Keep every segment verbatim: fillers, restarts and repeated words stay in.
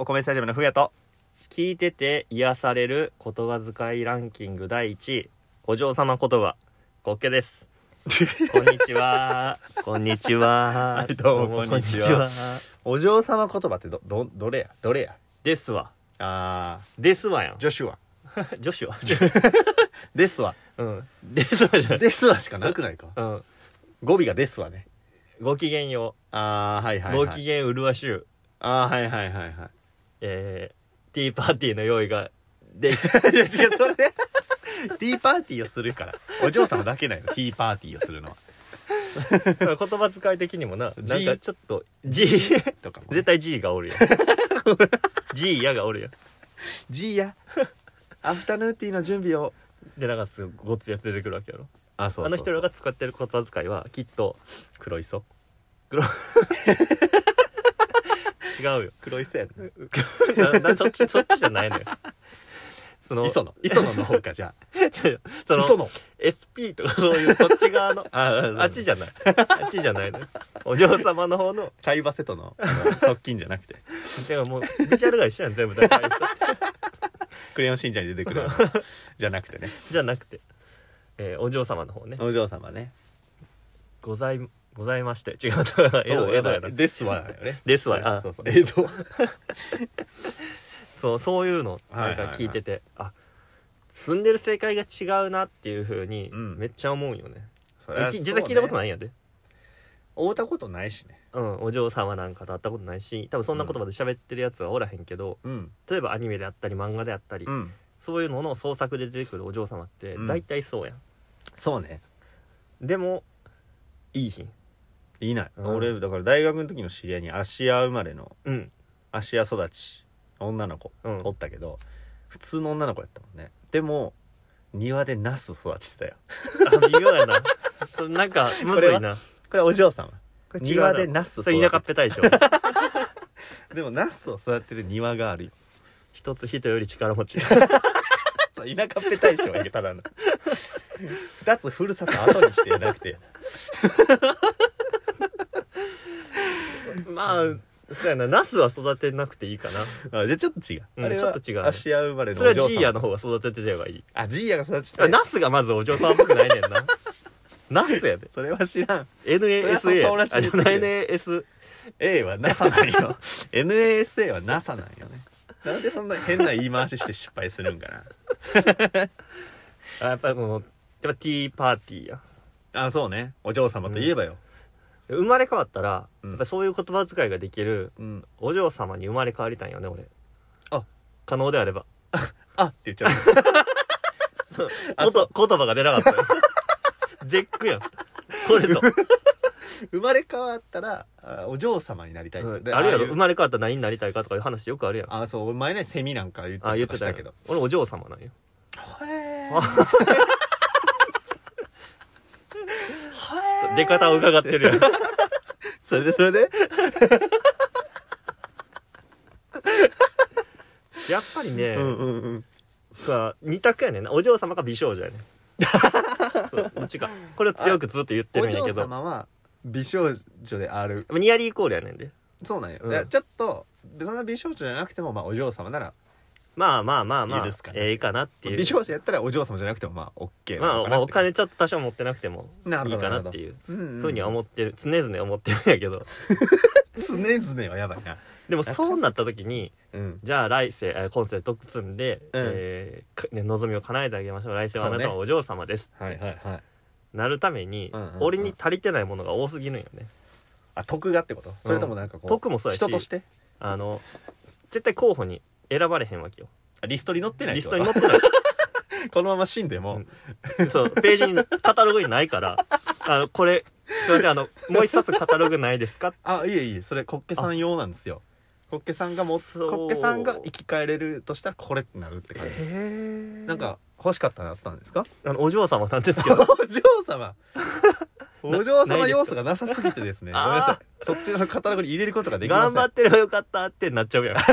米スタジアムのふやと聞いてて癒される言葉遣いランキングだいいちい、お嬢様言葉コッケです。こんにちはこんにちは、 はい、どうもこんにちは。お嬢様言葉って ど, ど, どれやどれやですわ。 あーですわやん。 ジョシュア女子はですわうんですわじゃないですわしかなくないか。 うん語尾がですわね。 ごきげんよあーはいはい、 う、 はい、 ごきげんうるわしゅう、 あーはいはいはいはいえー、ティーパーティーの用意がでいや違うそれティーパーティーをするからお嬢様だけないのティーパーティーをするのは言葉遣い的にもな、なん G かちょっと G とかも、ね、 絶対 G がおるやんG やがおるやん G やアフタヌーティーの準備をでなんかすごっついやつ出てくるわけやろ。 あそうそうそうあの人らが使ってる言葉遣いはきっと黒磯黒違うよ黒磯やねななそっちそっちじゃないのよ。その磯野磯野の方かじゃあ違うよその磯野エスピー とかそういうそっち側のああっちじゃないあっちじゃないのよ。お嬢様の方の貝バセとの側近じゃなくてだからもうビジュアルが一緒やん全部だからクレヨンしんちゃんに出てくるじゃなくてねじゃなくて、えー、お嬢様の方ね。 お嬢様ねございございまして違う江戸江戸やなですわよねですわあそうそう江戸そうそういうのなんか聞いてて、はいはいはい、あ住んでる正解が違うなっていう風にめっちゃ思うよね、 うん、 実際聞いたことないんやで。 会ったことないしね。 うんお嬢様なんかと会ったことないし多分そんな言葉で喋ってるやつはおらへんけど、うん、例えばアニメであったり漫画であったり、うん、そういうのの創作で出てくるお嬢様って大体そうやん、うん、 そうね。 でもいいひんいない、うん、俺だから大学の時の知り合いに芦屋生まれの、うん、芦屋育ち女の子、うん、おったけど普通の女の子やったもんね。でも庭でナス育ててたよあ微妙やなそなんかむずいな。 これはお嬢様庭でナス育ててそれ田舎っぺ大将でもナスを育てる庭があるよ。 一つ人より力持ち田舎っぺ大将やけただの二つふるさと後にしてなくてまあそうやなナスは育てなくていいかな。 あじゃあちょっと違う、うん、あれはちょっと違う、ね、 芦屋生まれのお嬢様それはジーヤの方が育ててればいい。 あジーヤが育ててナスがまずお嬢様っぽくないねんなナスやでそれは知らん。 エヌエーエスエー あじゃあ エヌエーエスエー は ナサ なんよエヌエーエスエー は ナサ なんよね。なんでそんな変な言い回しして失敗するんかなあやっぱりもうやっぱティーパーティーや。 あそうねお嬢様といえばよ、 うん、生まれ変わったら、うん、やっぱそういう言葉遣いができる、うん、お嬢様に生まれ変わりたいよね俺。あ可能であればあって言っちゃうこと言葉が出なかったよ絶句やんこれぞ生まれ変わったらお嬢様になりたい、 うん、あるやろ。生まれ変わったら何になりたいかとかいう話よくあるやん。 あそう前ねセミなんか言ってたけど俺お嬢様なんよ。 へえ出方を伺ってるやんそれでそれでやっぱりね、 うんうんうん、 二択やねんな。お嬢様か美少女やねんどっちかこれを強くずっと言ってるんやけど、 お嬢様は美少女であるニアリーイコールやねんで。 そうなんよ、うん、ちょっとそんな美少女じゃなくても、まあ、お嬢様ならまあまあまあまあいいええかなっていう。 美少女やったらお嬢様じゃなくてもまあ OK なのかなって、 まあ、まあお金ちょっと多少持ってなくてもいいかなっていうふうには思ってる、常々思ってるんやけど常々はやばいな。 でもそうなった時に、うん、じゃあ来世今世徳積んで、うんえーね、望みを叶えてあげましょう。来世はあなたはお嬢様です、 ね、はいはいはいなるために、うんうんうん、俺に足りてないものが多すぎるんよね。 あ徳がってこと、うん、それともなんかこう徳もそうやし人としてあの絶対候補に選ばれへんわけよ。 リストに載ってない。 リストに載ってないこのまま死んでも、 うん、そうページにカタログにないからあのこれすいませんあのもう一冊カタログないですかあいえいえそれコッケさん用なんですよ。コッケさんがもコッケさんが生き返れるとしたらこれってなるって感じです。なんか欲しかったのあったんですか。 あのお嬢様なんですけどお嬢様お嬢様要素がなさすぎてですねごめんなさいそっちのカタログに入れることができません。 頑張ってればよかったってなっちゃうやん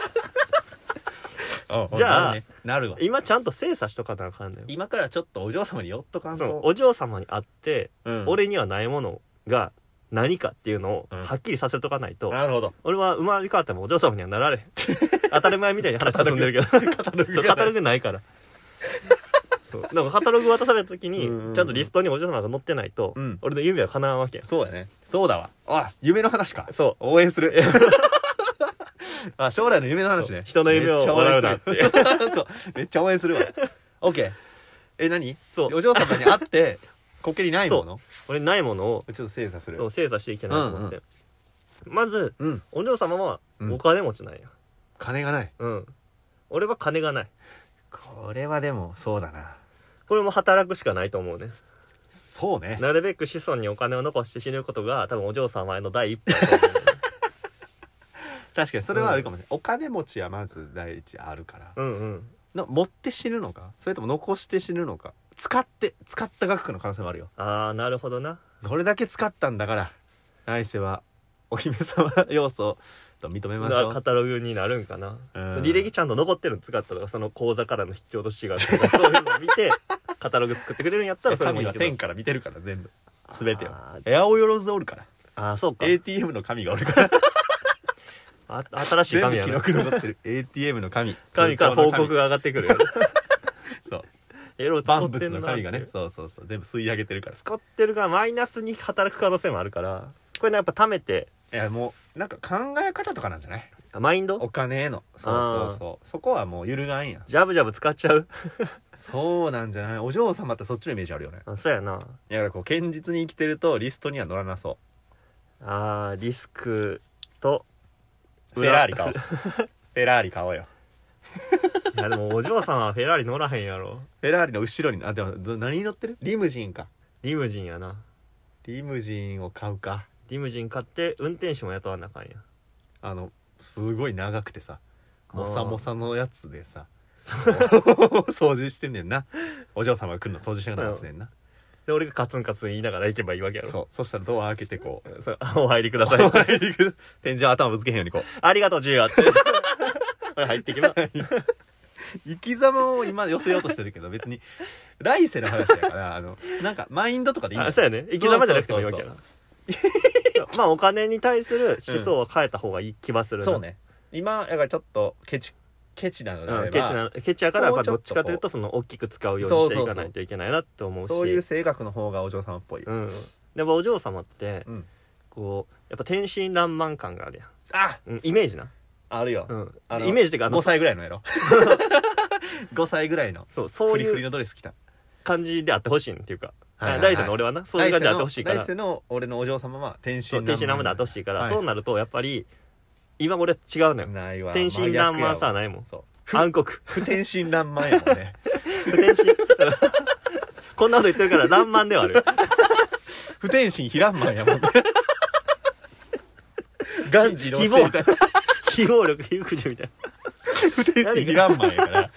じゃあ、ね、なるわ。今ちゃんと精査しとかなあかんのよ。 今からちょっとお嬢様に寄っとかんと。 お嬢様に会って、うん、俺にはないものが何かっていうのをはっきりさせとかないと、 なるほど。 俺は生まれ変わってもお嬢様にはなられへん当たり前みたいに話進んでるけどカタログそうカタログないからそうだからカタログ渡された時にちゃんとリストにお嬢様が載ってないと、うん、俺の夢は叶わんわけや。 そうだね。そうだわ。あ、夢の話か。 そう。 応援する。あ、将来の夢の話ね。 人の夢を笑うなっていう。 そう。めっちゃ応援するわ。オッケー。え、何？ そう。 お嬢様に会って、こけにないもの？ 俺ないものをちょっと精査する。 そう、精査していけないと思って。うんうん、まず、うん、お嬢様はお金持ちなんや、うん。 金がない。 うん。俺は金がない。 これはでも、そうだな。 これも働くしかないと思うね。 そうね。 なるべく子孫にお金を残して死ぬことが多分お嬢様への第一歩だと思う、ね。 確かにそれはあるかもしれない、うん、お金持ちはまず第一あるから、 うんうん、 の持って死ぬのかそれとも残して死ぬのか、使って使った額の可能性もあるよ。 ああ、なるほどな。 これだけ使ったんだから来世はお姫様要素と認めましょう。 カタログになるんかな、うん、履歴ちゃんと残ってるの使ったとか、その口座からの引き落としがあるとかそういうのを見てカタログ作ってくれるんやったらそれもいいけど、 神は天から見てるから全部全てを。エアオヨロズおるから。 ああ、そうか。 エーティーエム の神がおるからあ、新しい神やな。 全部記録残ってる エーティーエム の神神から報告が上がってくるよそうエロ万物の神がね、そうそうそう、全部吸い上げてるから。 使ってるからマイナスに働く可能性もあるから、これねやっぱ貯めて、 いやもうなんか考え方とかなんじゃない？ マインド？ お金への、そうそうそう、そこはもう揺るがんやん。 ジャブジャブ使っちゃうそうなんじゃない？お嬢様ってそっちのイメージあるよね。 あ、そうやな。 だからこう堅実に生きてるとリストには乗らなそう。 あー、リスクとフェラーリ買おうフェラーリ買おうよいやでもお嬢様はフェラーリ乗らへんやろ。 フェラーリの後ろに、あ、でも何に乗ってる？リムジンか。 リムジンやな。 リムジンを買うか。 リムジン買って運転手も雇わなあかんや。 あのすごい長くてさ、モサモサのやつでさ掃除してんねんな。お嬢様が来るの掃除しながら待つねんな、うん、 で俺がカツンカツン言いながら行けばいいわけやろ。 そう、そしたらドア開けてこうそう、お入りください。お入りく天井頭ぶつけへんようにこうありがとうジューって入ってきます生き様を今寄せようとしてるけど別に来世の話だからあのなんかマインドとかでいいんだよ。 あ、そうやね。生き様じゃなくてもいいわけやな。まあお金に対する思想を変えた方がいい気はするな、 うん、そうね。今やからちょっとケチケチなのであれば、 うん、ケチなケチやからやっぱどっちかというとその大きく使うようにしていかないといけないなって思うし、 そういう性格の方がお嬢様っぽい、 うん、でもお嬢様って、うん、こうやっぱ天真爛漫感があるやん。 あ、 うん、イメージなあるよ、 うん、あのイメージっていうかごさいぐらいのやろごさいぐらいのそうそういうフリフリのドレス着た感じであってほしいっていうか、はいはいはい、来世の俺はなそういう感じであってほしいから、 来世の俺のお嬢様は天真爛漫天真爛漫であってほしいから、はい、そうなるとやっぱり今俺違うのよ。 ないわ。 天真爛漫さないもん。そう暗黒不天真爛漫やもんね不天真こんなこと言ってるから爛漫ではある不天真非爛漫やもんねガンジーの教えた非暴力非服従みたいな不天真非爛漫やから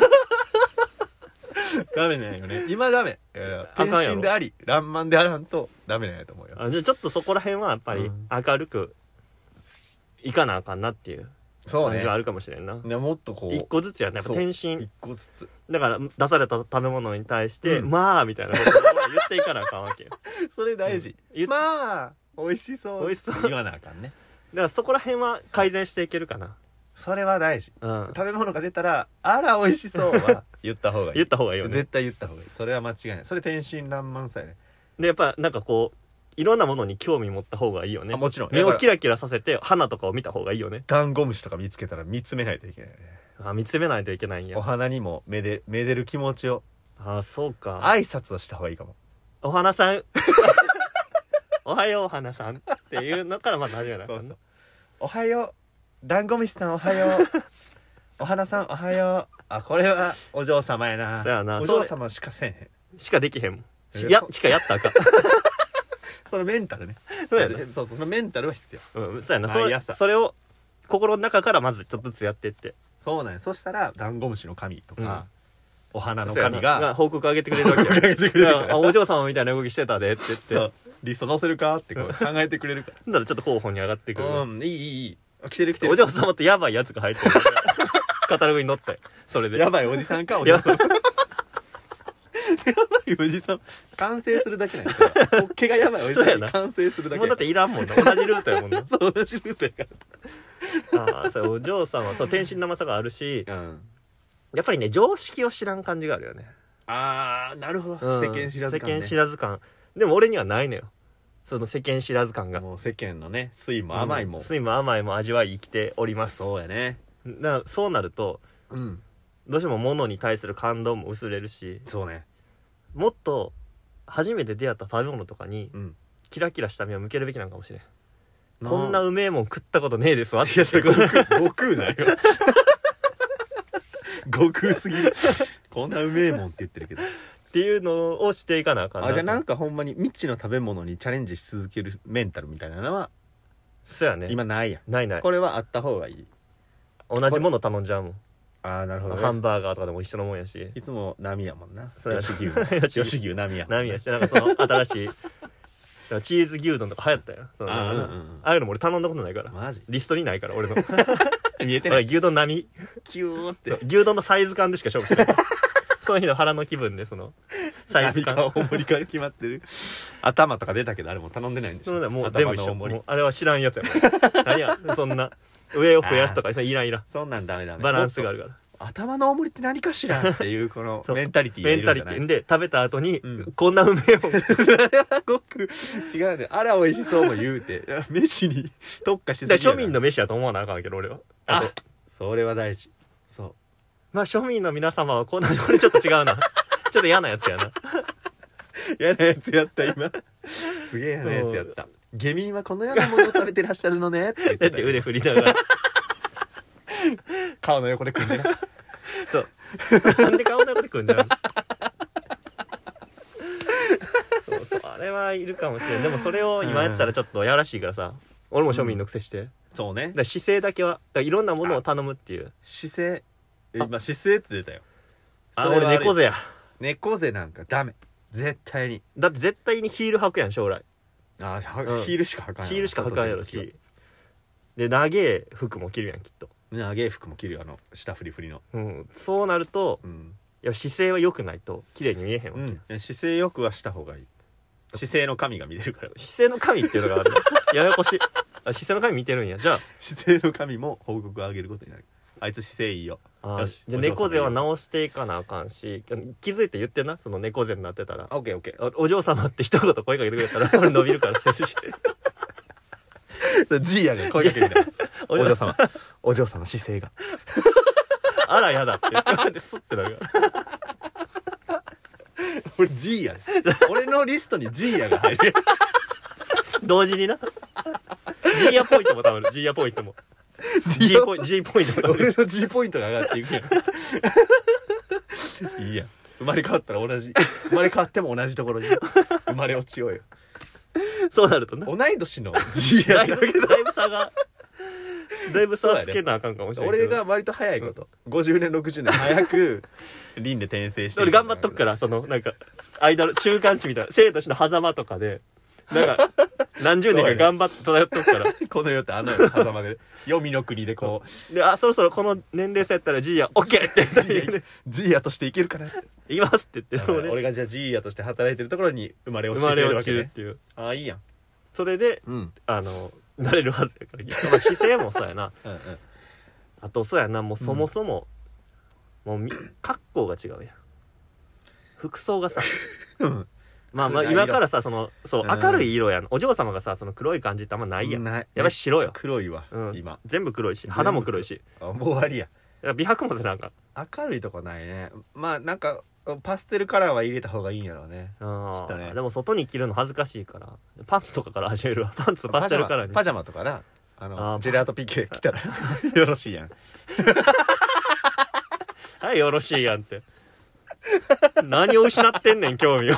ダメなんよね今。ダメ。天真であり爛漫であらんとダメなんやと思うよ。 あ、じゃあちょっとそこら辺はやっぱり明るくいかなあかんなっていう感じはあるかもしれんな。 ね、もっとこう一個ずつやね。やっぱ天真一個ずつだから出された食べ物に対して、うん、まあみたいなことを言っていかなあかんわけよそれ大事、うん、まあ美味しそう美味しそう言わなあかんね。 だからそこら辺は改善していけるかな。 それは大事、 うん、 食べ物が出たらあら美味しそうは言った方がいい言った方がいいよね。 絶対言った方がいい。それは間違いない。それ天真爛漫さやね。 でやっぱなんかこういろんなものに興味持った方がいいよね。 もちろん目をキラキラさせて花とかを見た方がいいよね。 ダンゴムシとか見つけたら見つめないといけないね。 あ、見つめないといけないんや。 お花にもめでめでる気持ちを。 あ、そうか。 挨拶をした方がいいかも。 お花さんおはようお花さんっていうのからまず始めないかな。そうそう、 おはようダンゴムシさんおはようお花さんおはよう。あ、これはお嬢様やな。 そうやな。 お嬢様しかせんへん。 しかできへんもん。しやしかやったらあかんそのメンタルね。 そうやな。 そうそう、そのメンタルは必要。 うん、そうやな。それ、それを心の中からまずちょっとずつやっていって。 そうなんや。そしたらダンゴムシの神とか、うん、お花の神が報告あげてくれるわけよ。報告あげてくれるから。お嬢様みたいな動きしてたでって言って。そう。 リスト載せるかってこう考えてくれるから。 そんならちょっと候補に上がってくる。 うん、いいいいいい。来てる来てる。 お嬢様ってやばいやつが入ってる。カタログに載って。それで。 やばいおじさんかお嬢さん。 いおじさん完成するだけなんですよ。ホッケがやばいおじさんに完成するだけ。 もうだっていらんもんな、同じルートやもんな。 そう同じルートやから。ああ、そうお嬢さんはそう天真生さがあるし、 ら、うん、 やっぱりね常識を知らん感じがあるよね。 あーなるほど、うん、世間知らず感、ね、 世間知らず感。でも俺にはないのよ、その世間知らず感が。 もう世間のね酸いも甘いも、 うん、酸いも甘いも味わい生きております。 そうやね。 だそうなると、うん、どうしても物に対する感動も薄れるし、 そうね、 もっと初めて出会った食べ物とかに、うん、キラキラした目を向けるべきなのかもしれん。こんなうめえもん食ったことねえですわって。いやそれ悟空悟空だよ悟空すぎるこんなうめえもんって言ってるけどっていうのをしていかなあかんな。 あじゃあなんかほんまに未知の食べ物にチャレンジし続けるメンタルみたいなのはそうやね、 今ないやん。 ないない。 これはあった方がいい。 同じもの頼んじゃうもん。 ああなるほど、ね、 ハンバーガーとかでも一緒のもんやし、 いつも波やもんな。 そうや吉牛吉牛波や波やし、なんかその新しいチーズ牛丼とか流行ったよ。その あ,、うんうん、ああいうのも俺頼んだことないから。 マジリストにないから俺の見えてない。 牛丼並キューって牛丼のサイズ感でしか勝負してないその日の腹の気分でそのサイズ感大盛り感決まってる頭とか出たけどあれも頼んでないんでしょ。 そうだもう全部一緒。もうあれは知らんやつやもん何やそんな上を増やすとかいらんいらん。 そんなんダメダメ。 バランスがあるから。 頭の大盛りって何かしらっていうこのメンタリティーがいるんじゃない。 メンタリティーで食べた後に、うん、こんなうめえもん僕違うね。あら美味しそうも言うて飯に特化しすぎる。 庶民の飯やと思わなあかんけど俺は。 あそれは大事。そうまあ庶民の皆様はこんなこれちょっと違うなちょっと嫌なやつやな嫌なやつやった今すげえ嫌なやつやった。下民はこのようなものを食べてらっしゃるのねって言ってた。 だって腕振りながら顔の横で組んでなそうなんで顔の横で組んでるそうそうあれはいるかもしれん。でもそれを今やったらちょっとやらしいからさ、俺も庶民のくせして、うん、 そうね。 だから姿勢だけはだからいろんなものを頼むっていう姿勢。今姿勢って出たよ。 あ俺猫背や。 猫背なんかダメ絶対に。 だって絶対にヒール履くやん将来。 あ、うん、ヒールしか履かんやろ。 ヒールしか履かんやろしで長え服も着るやんきっと。 長え服も着るよあの下振り振りの、 うん、そうなると、うん、いや姿勢は良くないと綺麗に見えへんわけ、 うん、姿勢よくはした方がいい。姿勢の神が見れるから。 姿勢の神っていうのがあるややこしい。あ姿勢の神見てるんや。じゃあ姿勢の神も報告を上げることになる。あいつ姿勢いいよ。 あよしじゃあ猫背は直していかなあかんし、気づいて言ってなその猫背になってたら。 オッケーオッケー。お嬢様って一言声かけてくれたら俺伸びるから背筋ジーヤが声かけてきたお嬢様お嬢様姿勢があらやだって言ってスッてなるから俺ジーヤ俺のリストにジーヤが入る同時になジーヤポイントもたまる。ジーヤポイントも G ポイント G ポイントもたまる。 俺の G ポイントが上がっていくやんいいや生まれ変わったら同じ生まれ変わっても同じところに生まれ落ちようよ。 そうなるとな同い年の G やだけどだいぶ差がだいぶ差つけなあかんかもしれないけど、 俺が割と早いこと、うん、ごじゅうねんろくじゅうねん早く輪廻転生して俺頑張っとくからそのなんか間の中間値みたいな生と死の狭間とかでなんか何十年か頑張って漂っとくからこの世ってあの世の狭間で黄泉の国でこうであそろそろこの年齢差やったらジーヤオッケーって言ってジーヤとしていけるかなっていきますって言って、 俺, 俺がじゃあジーヤとして働いてるところに生まれ落ちてるわけ、ね、生まれ落ちるっていう。ああいいやん。 それで、うん、あのなれるはずやからまあ姿勢もそうやなうん、うん、あとそうやなもうそもそも、うん、もう格好が違うやん服装がさまあまあ今からさそのそう明るい色やん、うん、お嬢様がさその黒い感じってあんまないやん。やっぱり白よ。 黒いわ、うん、今全部黒いし肌も黒いし。 あもう終わりや。 美白もせなんか明るいとこないね。まあなんかパステルカラーは入れた方がいいんやろうね。 ああ、ね、でも外に着るの恥ずかしいからパンツとかから始めるわ。パンツパステルカラーにパジャマとかなあのあジェラートピケ来たらよろしいやんはいよろしいやんって何を失ってんねん興味を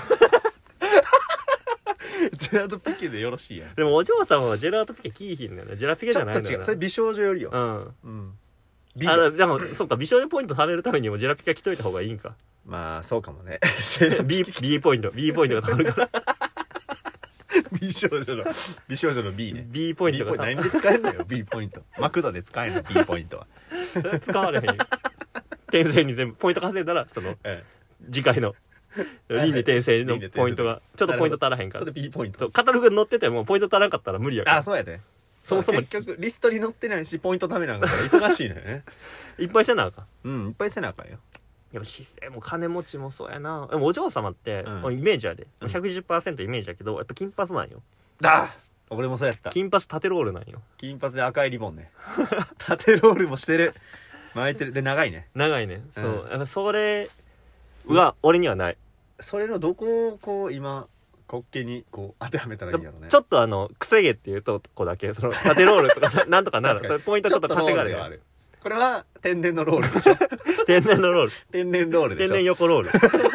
ジェラートピケでよろしいやん。 でもお嬢様はジェラートピケキーヒンだよね。ジェラピケじゃないんだよな。 それ美少女よりよ。 うん、うんあでもそっか美少女ポイント貯めるためにもジェラピケ着といた方がいいんか。 まあそうかもね B, B ポイント B ポイントが貯まるから美少女の美少女の B ね B ポイントが何で使えんのよ B ポイントマクドで使えんの B ポイントは使われへん転生に全部ポイント稼いだらその、ええ、次回の輪廻転生のポイントがちょっとポイント足らへんから。 それ B ポイント。 カタログに載っててもポイント足らんかったら無理やから。 あ、そうやで。 そもそも結局リストに載ってないしポイントためなんだから忙しいのよね。 いっぱいせなあかん。うん、いっぱいせなあかんよ。 やっぱ姿勢も金持ちもそうやな。でもお嬢様って、うん、イメージやで、うん、ひゃくじゅっパーセント イメージやけどやっぱ金髪なんよ。 だ俺もそうやった。 金髪縦ロールなんよ。 金髪で赤いリボンね。縦ロールもしてる。巻いてる。で長いね。 長いね、うん、そうやっぱそれは俺にはない。 それのどこをこう今滑稽にこう当てはめたらいいんやろね。 ちょっとあのくせ毛っていうとこだけその縦ロールとかなんとかなる。それポイントちょっと稼がれる。 これは天然のロールでしょ。 天然のロール。 天然ロールでしょ。 天然横ロール。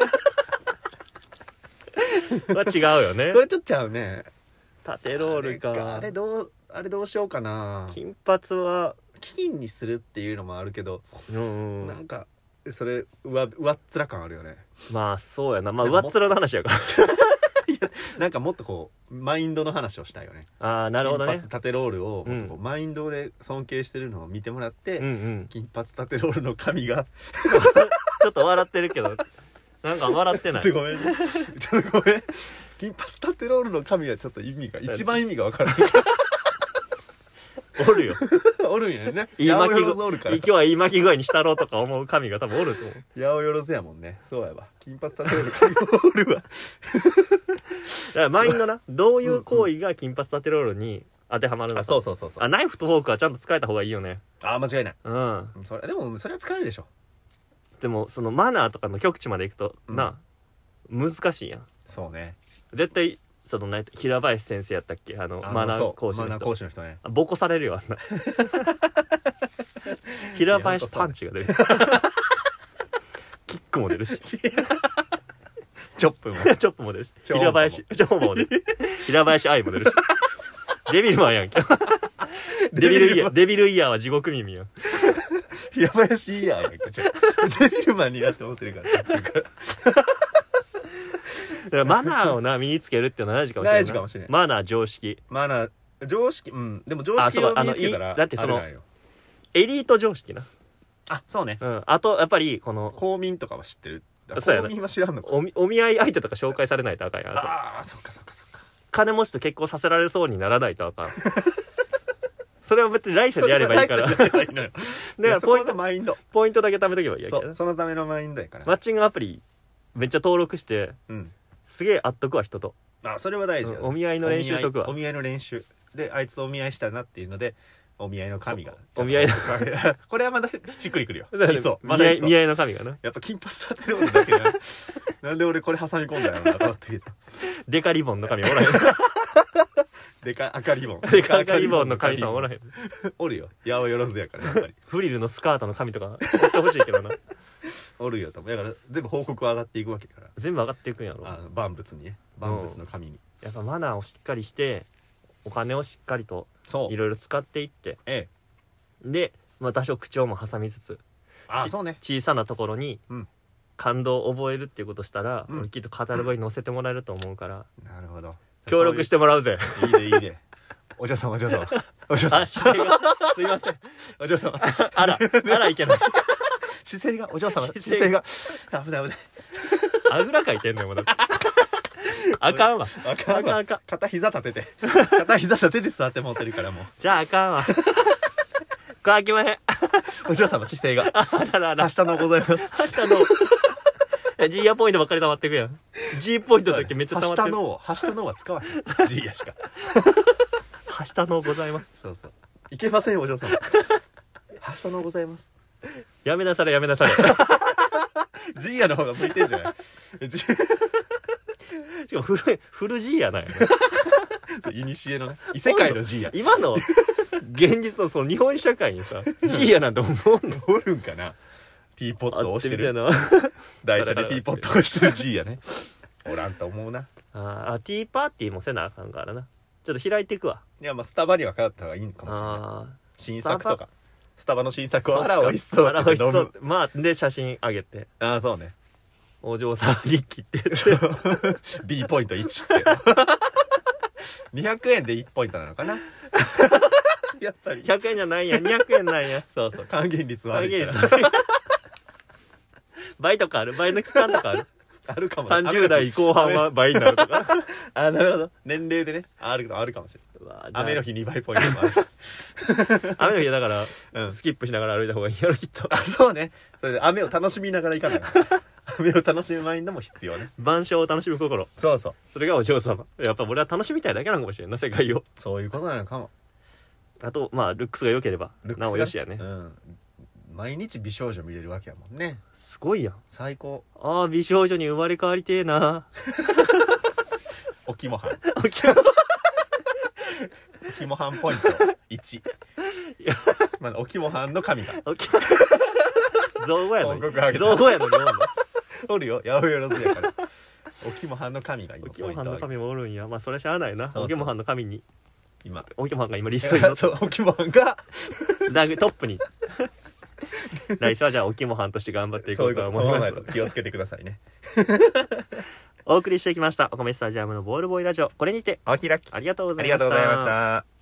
は違うよね。 これちょっとちゃうね。 縦ロールか。 あれどうあれどうしようかな。 金髪は金にするっていうのもあるけど、 うんうん、 なんかそれ上上っ面感あるよね。 まあそうやな。まあ上っ面の話やから。 いやなんかもっとこうマインドの話をしたいよね。 ああなるほどね。 金髪縦ロールを、うん、マインドで尊敬してるのを見てもらって、うんうん、金髪縦ロールの髪がちょっと笑ってるけどなんか笑ってない。 ちょっとごめんね。ちょっとごめん。金髪縦ロールの髪はちょっと意味が一番意味が分からない。 おるよ。 おるんやね。 言い巻き具今日は言い巻き具合にしたろうとか思う神が多分おると思う。 八百万やもんね。そうやわ。金髪立てる神がおるわ。だからマインドな。どういう行為が金髪立てロールに当てはまるのか。 そうそうそうそう。 あナイフとフォークはちゃんと使えた方がいいよね。 あ間違いない。 うん。 それでもそれは使えるでしょ。 でもそのマナーとかの極致までいくと、うん、な難しいやん。 そうね。 絶対。そのね、平林先生やったっけあのマナー講師の人。 マナー講師の人ね。 ボコされるよあんな。平林パンチが出る。キックも出るし。 チョップも。 チョップも出るし。平林、チョップも出る。平林愛も出るし。デビルマンやんけ。デビルイヤー、デビルイヤーは地獄耳やん。 平林イヤーやんけ。デビルマンになって思ってるから途中から。 だからマナーをな身につけるっていうのは大事かもしれない。 大事かもしれない。 マナー常識。 マナー常識うんでも常識を身につけたらだってそのエリート常識な。 あそうね。 うんあとやっぱりこの公民とかは知ってる。 公民は知らんのか。 お見、お見合い相手とか紹介されないとあかんやん。 ああそっかそっかそっか。 金持ちと結婚させられそうにならないとあかん。それは別に来世でやればいいから。だからポイントマインドポイントだけ貯めとけばいいやけど。 そのためのマインドやから。 マッチングアプリめっちゃ登録して。うん。すげえ会っとくわ人と。 あそれは大事、 うん、お見合いの練習しとくわ。 お見合いの練習であいつお見合いしたなっていうのでお見合いの神がお見合いのこれはまだしっくりくるよ。 そうまだ見合いの神がな。 やっぱ金髪立てるのだけな。なんで俺これ挟み込んだよなと思ってデカリボンの神おらへん。 デカ赤リボンデカ赤リボンの神さんおらへん。 おるよ八百万やからやっぱり。 フリルのスカートの神とかおってほしいけどな。 おるよ多分だから全部報告上がっていくわけから全部上がっていくんやろ。 あ万物にね万物の神に、 うん、やっぱマナーをしっかりしてお金をしっかりといろいろ使っていって、ええ、で、まあ、多少口調も挟みつつあそうね小さなところに感動を覚えるっていうことしたら、うん、きっとカタログに載せてもらえると思うから、 うん、なるほど協力してもらうぜ。 いいねいいね。お嬢様お嬢様お嬢様。 あ姿勢がすいませんお嬢様。 あらあらいけない。 姿勢がお嬢様姿勢が危ない危ない。 あぐらかいてんのよもうだって。あかんわ。 あかんわ。あかんあかん。片膝立てて片膝立てて座って持ってるからもう。 じゃああかんわ。乾きまへん。 お嬢様姿勢があららら明日のございます。 明日のジーヤポイントばっかり溜まってくやん。G ポイントだけめっちゃ溜まってる。 明日の明日のは使わへん。G やしか。 明日のございます。 そうそう。いけませんお嬢様。明日のございます。 やめなされやめなされ。 ジーヤの方が向いてんじゃない。しかもフルフルジーヤなんやね。 いにしえのね異世界のジーヤ。 今の現実のその日本社会にさジーヤなんて思うのおるんかな。ティーポットを押してる。台車でティーポットを押してるジーヤね。おらんと思うな。 ああティーパーティーもせなあかんからな。ちょっと開いていくわ。 いやまあスタバには通った方がいいかもしれない。新作とかスタバの新作をあら美味しそうあら美味しそうまあで写真あげてああそうねお嬢さん日記って B ポイントいちってにひゃくえんでいちポイントなのかな。やっぱりひゃくえんじゃないやにひゃくえんなんや。 そうそう還元率悪いから。 倍とかある倍の期間とかある。 あるかも、ね、 さんじゅう代後半は倍になるとかあ、なるほど、年齢でね、あるあるかもしれない。雨の日にばいポイントもあるし雨の日だから、うん、スキップしながら歩いた方がいいやろきっと。 あ、そうね。それで雨を楽しみながら行かない雨を楽しむマインドも必要ね。 晩鐘を楽しむ心。 そうそう、 それがお嬢様。やっぱ俺は楽しみたいだけなのかもしれんな、世界を。 そういうことなのかも。 あとまあルックスが良ければなおよしやね、 うん、毎日美少女見れるわけやもんね。 すごいやん、 最高。 ああ美少女に生まれ変わりてえなおきもはんおきもおきもはんポイントいち。まだおきもはんの神がおき造語やのに造語やのにおんのおるよ、八百万やからおきもはんの神が今おきもはんの神もおるんや。まあそれはしゃあないな。おきもはんの神に今おきもはんが今リストに載ってそう、おきもはんがだトップに来世はじゃあおきもはんとして頑張っていこうと思います。 気をつけてくださいねお送りしてきましたお米スタジアムのボールボーイラジオ、これにてお開き。 ありがとうございました。 ありがとうございました。